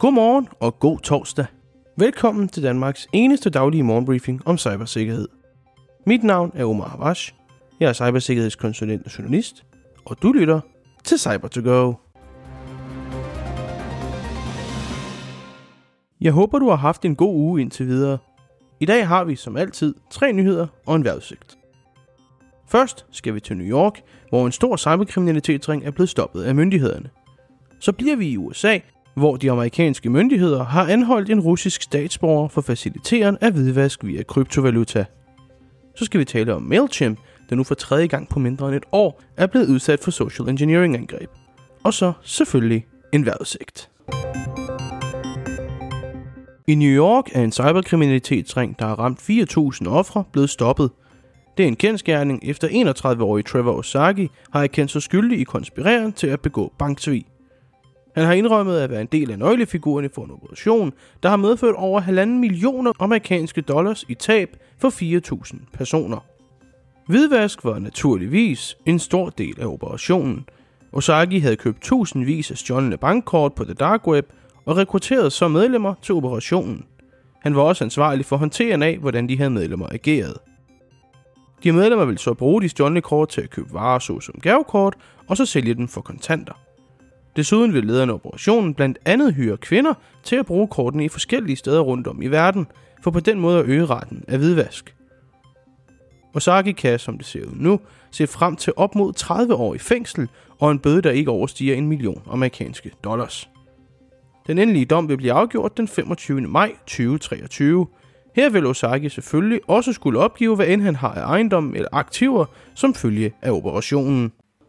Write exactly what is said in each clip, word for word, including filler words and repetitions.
Godmorgen og god torsdag. Velkommen til Danmarks eneste daglige morgenbriefing om cybersikkerhed. Mit navn er Omar Havash. Jeg er cybersikkerhedskonsulent og journalist, og du lytter til Cyber to Go. Jeg håber, du har haft en god uge indtil videre. I dag har vi som altid tre nyheder og en vejrudsigt. Først skal vi til New York, hvor en stor cyberkriminalitetsring er blevet stoppet af myndighederne. Så bliver vi i U S A, hvor de amerikanske myndigheder har anholdt en russisk statsborger for faciliteren af hvidvask via kryptovaluta. Så skal vi tale om Mailchimp, der nu for tredje gang på mindre end et år er blevet udsat for social engineering angreb. Og så selvfølgelig en vejrudsigt. I New York er en cyberkriminalitetsring, der har ramt fire tusind ofre, blevet stoppet. Det er en kendsgerning efter enogtredive-årige Trevor Ozaki har erkendt sig skyldig i konspireren til at begå banksvig. Han har indrømmet at være en del af nøglefigurerne for en operation, der har medført over halvanden millioner amerikanske dollars i tab for fire tusind personer. Hvidvask var naturligvis en stor del af operationen. Ozaki havde købt tusindvis af stjålne bankkort på The Dark Web og rekrutteret så medlemmer til operationen. Han var også ansvarlig for håndteringen af, hvordan de her medlemmer agerede. De medlemmer ville så bruge de stjålne kort til at købe varer såsom gavekort, og så sælge dem for kontanter. Desuden vil lederne af operationen blandt andet hyre kvinder til at bruge kortene i forskellige steder rundt om i verden, for på den måde at øge raten af hvidvask. Ozaki kan, som det ser ud nu, se frem til op mod tredive år i fængsel og en bøde, der ikke overstiger en million amerikanske dollars. Den endelige dom vil blive afgjort den femogtyvende maj to tusind og treogtyve. Her vil Ozaki selvfølgelig også skulle opgive, hvad end han har af ejendom eller aktiver som følge af operationen.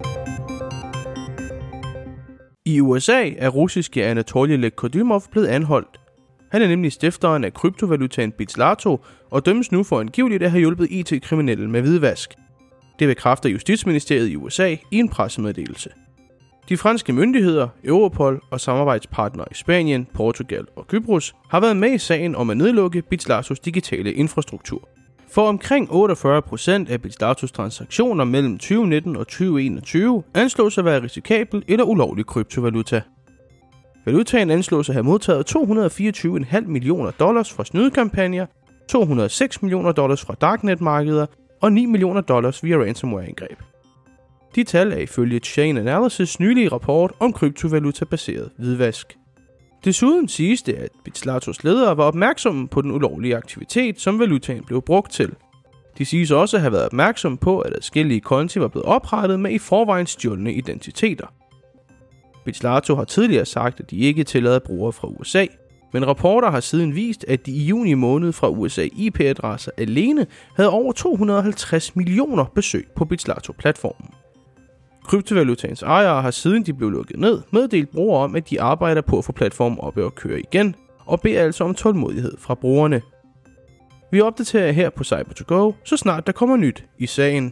I U S A er russiske Anatoly Lekkodymov blevet anholdt. Han er nemlig stifteren af kryptovalutaen BitSlato og dømmes nu for angiveligt at have hjulpet I T-kriminelle med hvidvask. Det bekræfter Justitsministeriet i U S A i en pressemeddelelse. De franske myndigheder, Europol og samarbejdspartnere i Spanien, Portugal og Cyprus har været med i sagen om at nedlukke BitSlatos digitale infrastruktur. For omkring otteogfyrre procent af BitSlatos transaktioner mellem tyve nitten og tyve enogtyve anslås at være risikabel eller ulovlig kryptovaluta. Valutaen anslås at have modtaget to hundrede og fireogtyve komma fem millioner dollars fra snydekampagner, to hundrede og seks millioner dollars fra darknet-markeder og ni millioner dollars via ransomware-angreb. De tal er ifølge Chainalysis nylige rapport om kryptovaluta-baseret hvidvask. Desuden siges det, at BitSlatos ledere var opmærksomme på den ulovlige aktivitet, som valutaen blev brugt til. De siges også at have været opmærksomme på, at adskillige konti var blevet oprettet med i forvejen stjålne identiteter. BitSlato har tidligere sagt, at de ikke tillader brugere fra U S A, men rapporter har siden vist, at de i juni måned fra U S A I P-adresser alene havde over to hundrede og halvtreds millioner besøg på BitSlato-platformen. Kryptovalutaens ejere har siden de blev lukket ned meddelt brugere om, at de arbejder på at få platformen op og køre igen, og beder altså om tålmodighed fra brugerne. Vi opdaterer her på Cyber to Go, så snart der kommer nyt i sagen.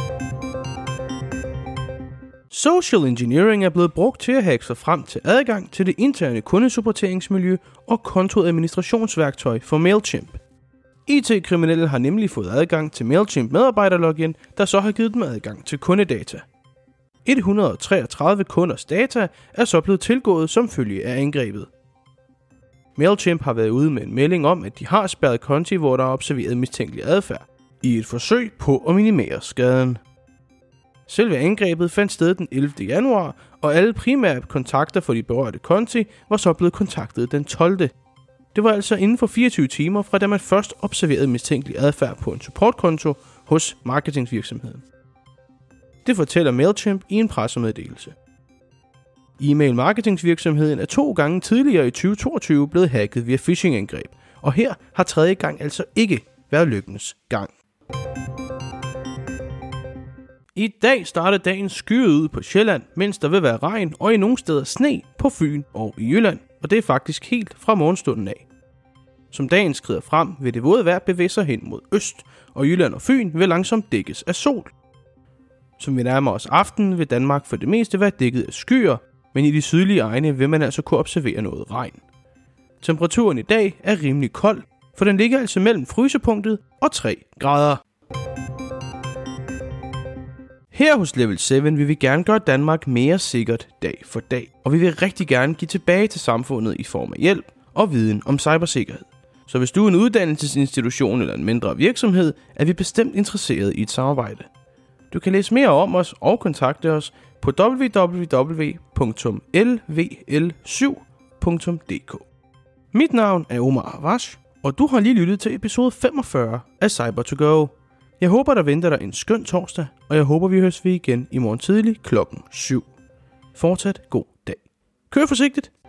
Social engineering er blevet brugt til at hacke sig frem til adgang til det interne kundesupporteringsmiljø og kontoadministrationsværktøj for Mailchimp. I T-kriminelle har nemlig fået adgang til Mailchimp medarbejderlogin, der så har givet dem adgang til kundedata. et hundrede og treogtredive kunders data er så blevet tilgået som følge af angrebet. Mailchimp har været ude med en melding om, at de har spærret konti, hvor der er observeret mistænkelig adfærd, i et forsøg på at minimere skaden. Selve angrebet fandt sted den ellevte januar, og alle primære kontakter for de berørte konti var så blevet kontaktet den tolvte Det var altså inden for fireogtyve timer fra da man først observerede mistænkelig adfærd på en supportkonto hos marketingsvirksomheden. Det fortæller Mailchimp i en pressemeddelelse. E-mail marketingsvirksomheden er to gange tidligere i tyve toogtyve blevet hacket via phishing-angreb, og her har tredje gang altså ikke været lykkens gang. I dag starter dagen skyet ud på Sjælland, mens der vil være regn og i nogle steder sne på Fyn og i Jylland, og det er faktisk helt fra morgenstunden af. Som dagen skrider frem, vil det våde vejr bevæge sig hen mod øst, og Jylland og Fyn vil langsomt dækkes af sol. Som vi nærmer os aftenen, vil Danmark for det meste være dækket af skyer, men i de sydlige egne vil man altså kunne observere noget regn. Temperaturen i dag er rimelig kold, for den ligger altså mellem frysepunktet og tre grader. Her hos Level syv vil vi gerne gøre Danmark mere sikkert dag for dag, og vi vil rigtig gerne give tilbage til samfundet i form af hjælp og viden om cybersikkerhed. Så hvis du er en uddannelsesinstitution eller en mindre virksomhed, er vi bestemt interesseret i et samarbejde. Du kan læse mere om os og kontakte os på w w w punktum l v l syv punktum d k. Mit navn er Omar Avash, og du har lige lyttet til episode femogfyrre af Cyber to Go. Jeg håber, der venter dig en skøn torsdag, og jeg håber, vi høres ved igen i morgen tidlig klokken syv. Fortsat god dag. Kør forsigtigt!